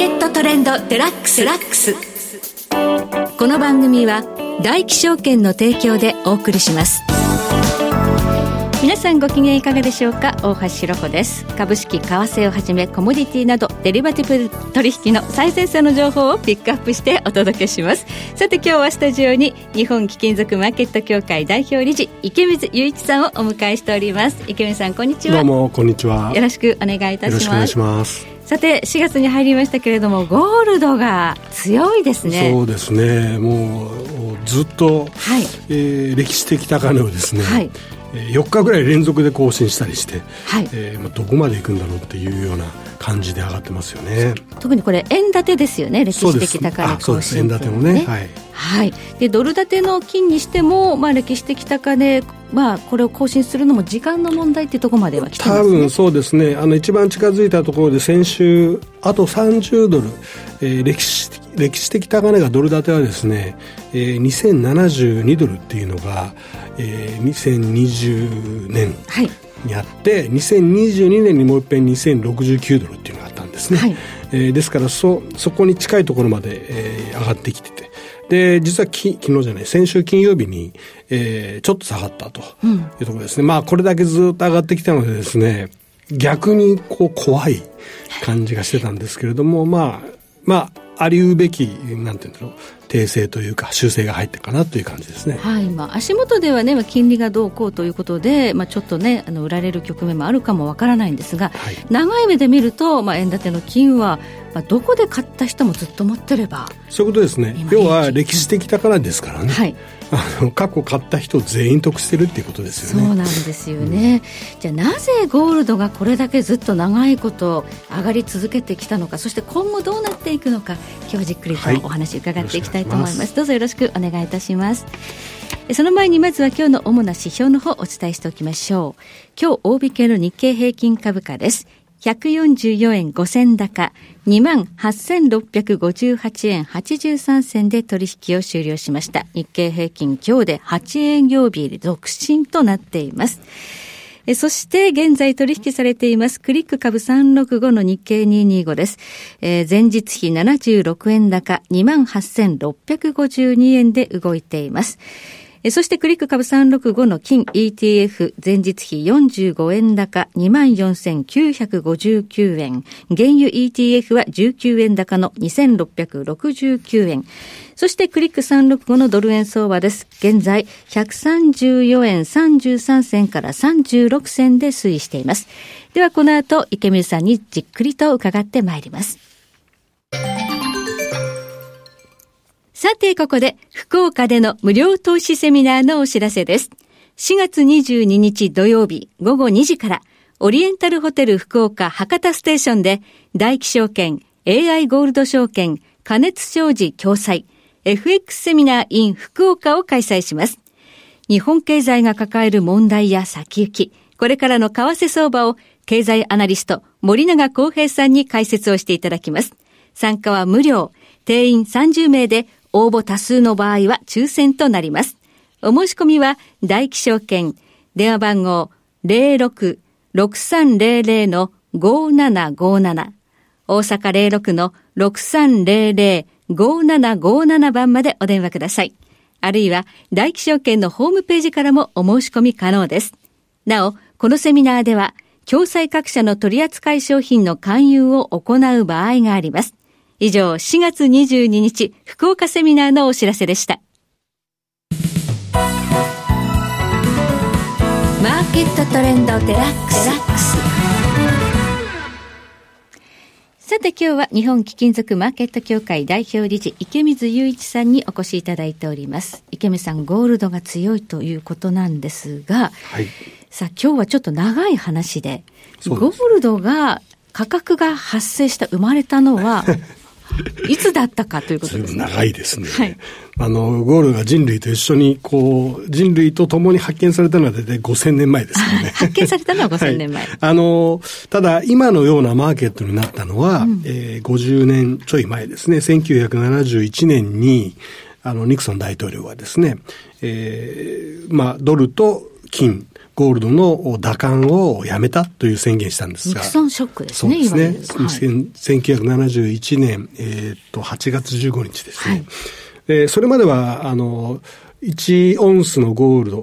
ケットトレンドデラックス。この番組は大気証券の提供でお送りします。皆さんご機嫌いかがでしょうか。大橋ひろ子です。株式為替をはじめコモディティなどデリバティブ取引の最前線の情報をピックアップしてお届けします。さて今日はスタジオに日本貴金属マーケット協会代表理事池水雄一さんをお迎えしております。池水さんこんにちは。 どうもこんにちは。 よろしくお願いいたします。 よろしくお願いします。 さて4月に入りましたけれどもゴールドが強いですね。 そうですね。もうずっと、はい歴史的高値をですね、はい4日ぐらい連続で更新したりして、はいどこまで行くんだろうっていうような感じで上がってますよね。 特にこれ円建てですよね。歴史的高値更新、 そうです。円建てのね、はいはい、でドル建ての金にしても、歴史的高値、これを更新するのも時間の問題っていうところまでは来てますね。 多分そうですね。一番近づいたところで先週あと30ドル、歴史的高値がドル建てはですね、2072ドルっていうのが、2020年にあって、2022年にもう一遍2069ドルっていうのがあったんですね、はいですからそこに近いところまで、上がってきてて、で実は昨日じゃない先週金曜日に、ちょっと下がったというところですね、これだけずっと上がってきたのでですね、逆に怖い感じがしてたんですけれども、ありうべきなんていうんだろう、訂正というか修正が入ってるかなという感じですね。 はい、足元ではね、金利がどうこうということで、ちょっとね売られる局面もあるかもわからないんですが、はい、長い目で見ると、円建ての金は、どこで買った人もずっと持ってれば、 そういうことですね。要は歴史的高値ですからね、はい、過去買った人全員得してるっていうことですよね。 そうなんですよね、じゃあなぜゴールドがこれだけずっと長いこと上がり続けてきたのか、そして今後どうなっていくのか、今日はじっくりとお話伺っていきたいと思います。どうぞよろしくお願いいたします。その前にまずは今日の主な指標の方をお伝えしておきましょう。今日大引けの日経平均株価です。144円5銭高 28,658 円83銭で取引を終了しました。日経平均今日で8営業日続伸となっています。そして現在取引されていますクリック株365の日経225です。前日比76円高 28,652 円で動いています。そしてクリック株365の金 ETF 前日比45円高 24,959 円。原油 ETF は19円高の 2,669 円。そしてクリック365のドル円相場です。現在134円33銭から36銭で推移しています。ではこの後池水さんにじっくりと伺ってまいります。さてここで福岡での無料投資セミナーのお知らせです。4月22日土曜日午後2時からオリエンタルホテル福岡博多ステーションで大気証券、AI ゴールド証券、加熱商事共催 FX セミナー in 福岡を開催します。日本経済が抱える問題や先行き、これからの為替相場を経済アナリスト森永康平さんに解説をしていただきます。参加は無料、定員30名で応募多数の場合は抽選となります。お申し込みは大気証券電話番号 066300-5757 大阪 06-6300-5757 番までお電話ください。あるいは大気証券のホームページからもお申し込み可能です。なおこのセミナーでは共済各社の取扱い商品の勧誘を行う場合があります。以上4月22日福岡セミナーのお知らせでした。マーケットトレンドデラックス。さて今日は日本貴金属マーケット協会代表理事池水雄一さんにお越しいただいております。池水さん、ゴールドが強いということなんですが、はい、さあ今日はちょっと長い話で、ゴールドが価格が発生した生まれたのはいつだったかということですね。 長いですね、はい、ゴールドが人類と一緒に人類と共に発見されたのは大体5000年前ですよね。 発見されたのは5000年前、 はい、ただ今のようなマーケットになったのは、50年ちょい前ですね。1971年にニクソン大統領はですね、ドルと金ゴールドの打艦をやめたという宣言したんですが。 ニクソンショックですね。 そうですね。1971年、8月15日ですね。それまでは、1オンスのゴールド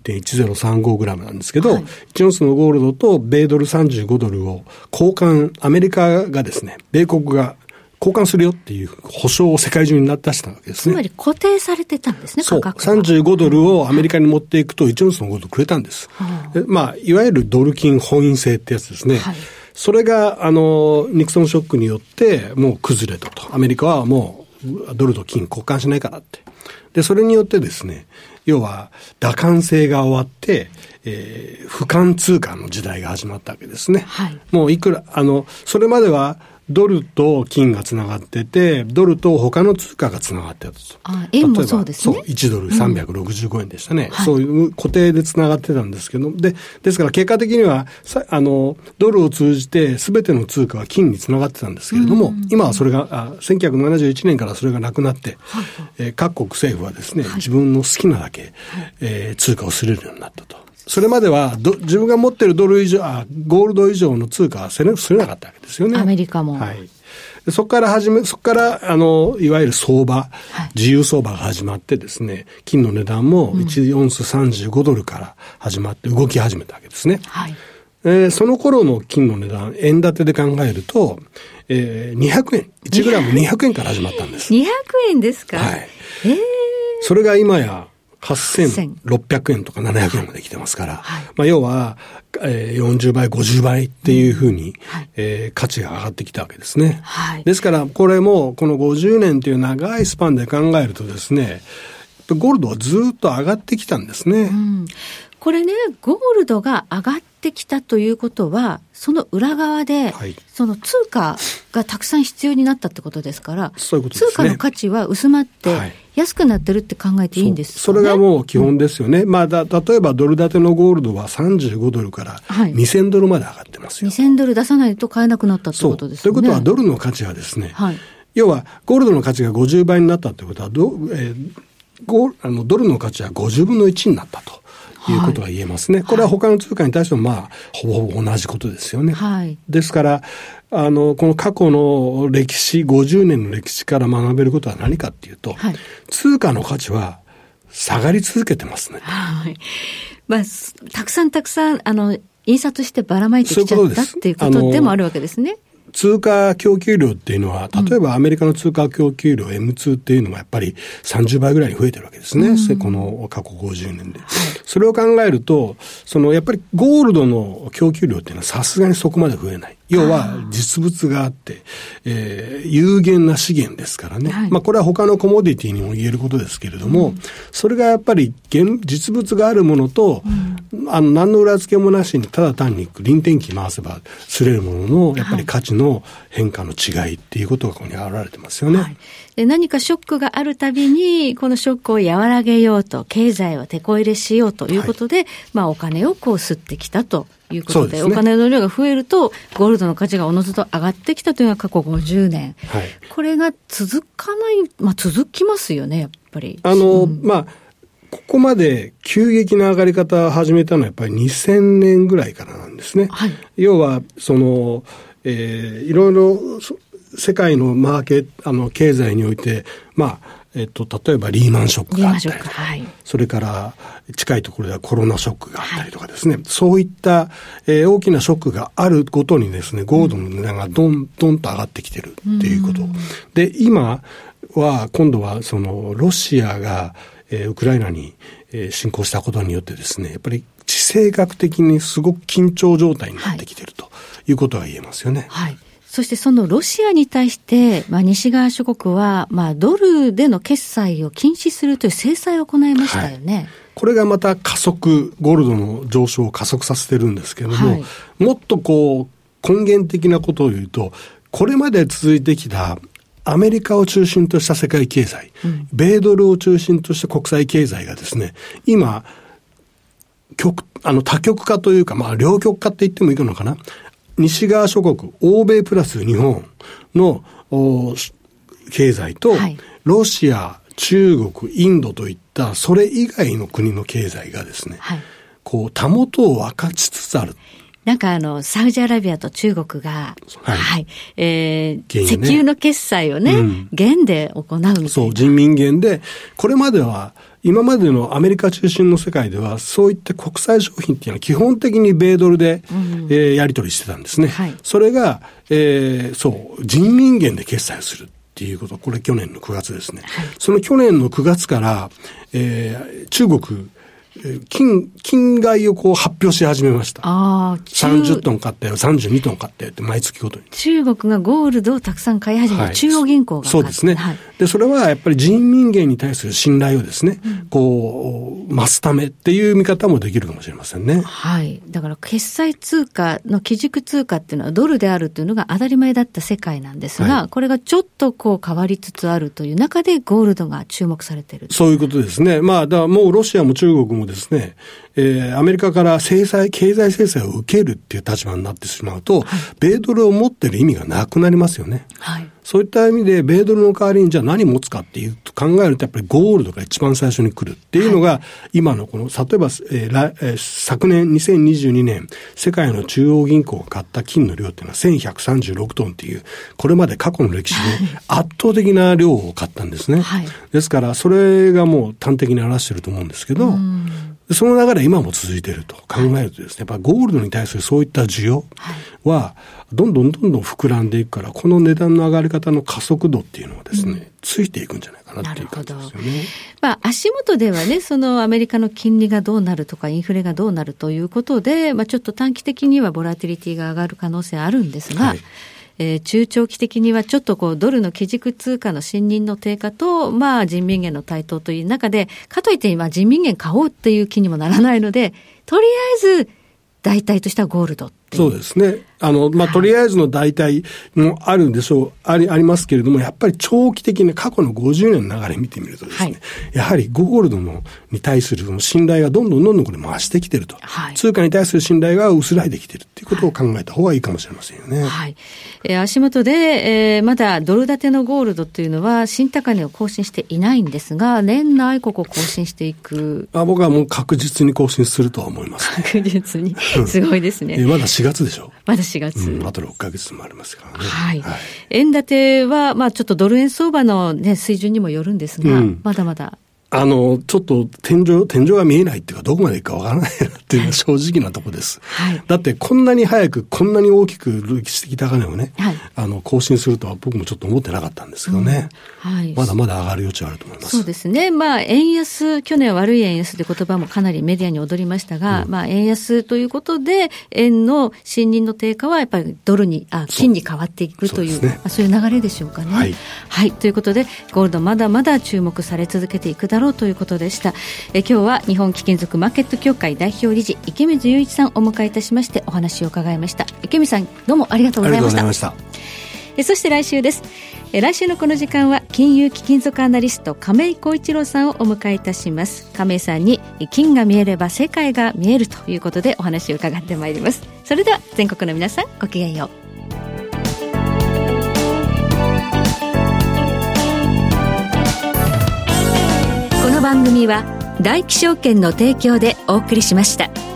31.1035 グラムなんですけど、1オンスのゴールドと米ドル35ドルを交換、アメリカがですね、米国が交換するよっていう保証を世界中に出したわけですね。 つまり固定されてたんですね、価格が。 そう。35ドルをアメリカに持っていくと1オンスのゴールドくれたんです。いわゆるドル金本位制ってやつですね。それが、ニクソンショックによってもう崩れたと。アメリカはもうドルと金交換しないからって。で、それによってですね、要は、打艦制が終わって、俯瞰通貨の時代が始まったわけですね。もういくら、それまでは、ドルと金がつながってて、ドルと他の通貨がつながってたと。 円もそうですね。 そう、1ドル365円でしたね。そういう固定でつながってたんですけど、ですから結果的には、ドルを通じて全ての通貨は金につながってたんですけれども、今はそれが、1971年からそれがなくなって、各国政府はですね、自分の好きなだけ、通貨をするようになったと。それまでは自分が持っているゴールド以上の通貨はすれなかったわけですよね。 アメリカも。 そこからいわゆる相場、自由相場が始まってですね、金の値段も1オンス35ドルから始まって動き始めたわけですね。その頃の金の値段、円建てで考えると、200円、1グラム200円から始まったんです。 200円ですか？ それが今や、8600円とか700円まで来てますから、要は、40倍、50倍っていうふうに、価値が上がってきたわけですね。ですから、これも、この50年という長いスパンで考えるとですね、ゴールドはずっと上がってきたんですね。 これね、ゴールドが上がってきたということは、その裏側で、その通貨がたくさん必要になったってことですから、 そういうことですね。 通貨の価値は薄まって、安くなってるって考えていいんですかね。 それがもう基本ですよね。例えばドル建てのゴールドは35ドルから2000ドルまで上がってますよ。 2000ドル出さないと買えなくなったってことですよね。 ということはドルの価値はですね、要はゴールドの価値が50倍になったってことはドルの価値は50分の1になったと。いうことが言えますね。これは他の通貨に対してもほぼほぼ同じことですよね。ですから、この過去の歴史、50年の歴史から学べることは何かっていうと、通貨の価値は下がり続けてますね。 たくさん、印刷してばらまいてきちゃったっていうことでもあるわけですね。 通貨供給量っていうのは、例えばアメリカの通貨供給量 M2 っていうのはやっぱり30倍ぐらいに増えてるわけですね。この過去50年で。それを考えると、やっぱりゴールドの供給量っていうのはさすがにそこまで増えない。要は実物があって、有限な資源ですからね。これは他のコモディティにも言えることですけれども、それがやっぱり実物があるものと、何の裏付けもなしにただ単に臨転機回せば擦れるもののやっぱり価値の変化の違いっていうことがここに現れてますよね。 で、何かショックがあるたびにこのショックを和らげようと、経済を手こ入れしようということで、お金を吸ってきたということで、お金の量が増えるとゴールドの価値がおのずと上がってきたというのが過去50年、これが続かない、続きますよね、やっぱり。 ここまで急激な上がり方を始めたのはやっぱり2000年ぐらいからなんですね。要は、いろいろ世界の経済において、例えばリーマンショックがあったりとか、それから近いところではコロナショックがあったりとかですね、そういった、大きなショックがあるごとにですね、ゴールドの値段がどんどんと上がってきてるっていうこと。で、今度はロシアが、ウクライナに侵攻したことによってですね、やっぱり地政学的にすごく緊張状態になってきているということが言えますよね。 そしてそのロシアに対して、西側諸国は、ドルでの決済を禁止するという制裁を行いましたよね。 これがまたゴールドの上昇を加速させてるんですけれども、もっと根源的なことを言うと、これまで続いてきたアメリカを中心とした世界経済、米ドルを中心とした国際経済がですね、今、多極化というか、両極化って言ってもいいのかな。西側諸国、欧米プラス日本の経済と、ロシア、中国、インドといったそれ以外の国の経済がですね、 こう、たもとを分かちつつある。 なんかサウジアラビアと中国が、 はい。 はい。 ね、 石油の決済をね、元で行うみたいな。 そう、人民元で、これまでは、今までのアメリカ中心の世界では、そういった国際商品っていうのは基本的に米ドルで、やり取りしてたんですね。はい、それが、そう、人民元で決済するっていうこと、これ去年の9月ですね。はい、その去年の9月から、中国、金買いをこう発表し始めました。30トン買ったよ、32トン買ったよって毎月ごとに。 中国がゴールドをたくさん買い始めた、中央銀行が買った。 そうですね。はい、で、それはやっぱり人民元に対する信頼をですね、こう、増すためっていう見方もできるかもしれませんね。 はい。だから決済通貨の基軸通貨っていうのはドルであるというのが当たり前だった世界なんですが、これがちょっとこう変わりつつあるという中でゴールドが注目されている。 そういうことですね。まあ、だからもうロシアも中国もですね、アメリカから経済制裁を受けるっていう立場になってしまうと、米ドルを持ってる意味がなくなりますよね。はい。そういった意味で、米ドルの代わりにじゃあ何持つかっていうと考えると、やっぱりゴールドが一番最初に来るっていうのが、今のこの、例えば、昨年2022年、世界の中央銀行が買った金の量っていうのは1136トンっていう、これまで過去の歴史で圧倒的な量を買ったんですね。はい、ですから、それがもう端的に表してると思うんですけど、その流れは今も続いていると考えるとですね、やっぱりゴールドに対するそういった需要は、どんどん膨らんでいくから、この値段の上がり方の加速度っていうのはですね、ついていくんじゃないかなっていう感じですよね。 まあ、足元ではね、そのアメリカの金利がどうなるとか、インフレがどうなるということで、まあ、ちょっと短期的にはボラティリティが上がる可能性あるんですが、中長期的にはちょっとこうドルの基軸通貨の信任の低下と、まあ人民元の台頭という中で、かといって今人民元買おうっていう気にもならないので、とりあえず代替としてはゴールドっていう。 そうですね。まあ、とりあえずの代替もあるんでしょう、ありますけれども、やっぱり長期的な過去の50年の流れ見てみるとですね、やはりゴールドに対するその信頼がどんどんこれ増してきてると。通貨に対する信頼が薄らいできてるっていうことを考えた方がいいかもしれませんよね。 はい。足元で、まだドル建てのゴールドというのは新高値を更新していないんですが、年内ここ更新していく。 僕はもう確実に更新するとは思います、ね。 確実に。すごいですね。 まだ4月でしょ。 まだ4月。 あと6ヶ月もありますからね。 はい。円建ては、まあちょっとドル円相場のね、水準にもよるんですが、まだまだ。 ちょっと天井が見えないっていうか、どこまでいくかわからないなっていうのは正直なところです。はい。だってこんなに早く、こんなに大きく歴史的高値をね、更新するとは僕もちょっと思ってなかったんですけどね。はい。まだまだ上がる余地はあると思います。 そうですね。まあ円安、去年は悪い円安という言葉もかなりメディアに躍りましたが、まあ円安ということで、円の信任の低下はやっぱり金に変わっていくという、そういう流れでしょうかね。はい。はい。ということで、ゴールドまだまだ注目され続けていくだろうということでした。今日は日本貴金属マーケット協会代表理事池水雄一さんをお迎えいたしましてお話を伺いました。池水さん、どうもありがとうございました。ありがとうございました。そして来週です。来週のこの時間は金融貴金属アナリスト亀井浩一郎さんをお迎えいたします。亀井さんに金が見えれば世界が見えるということでお話を伺ってまいります。それでは全国の皆さん、ごきげんよう。この番組は大気証券の提供でお送りしました。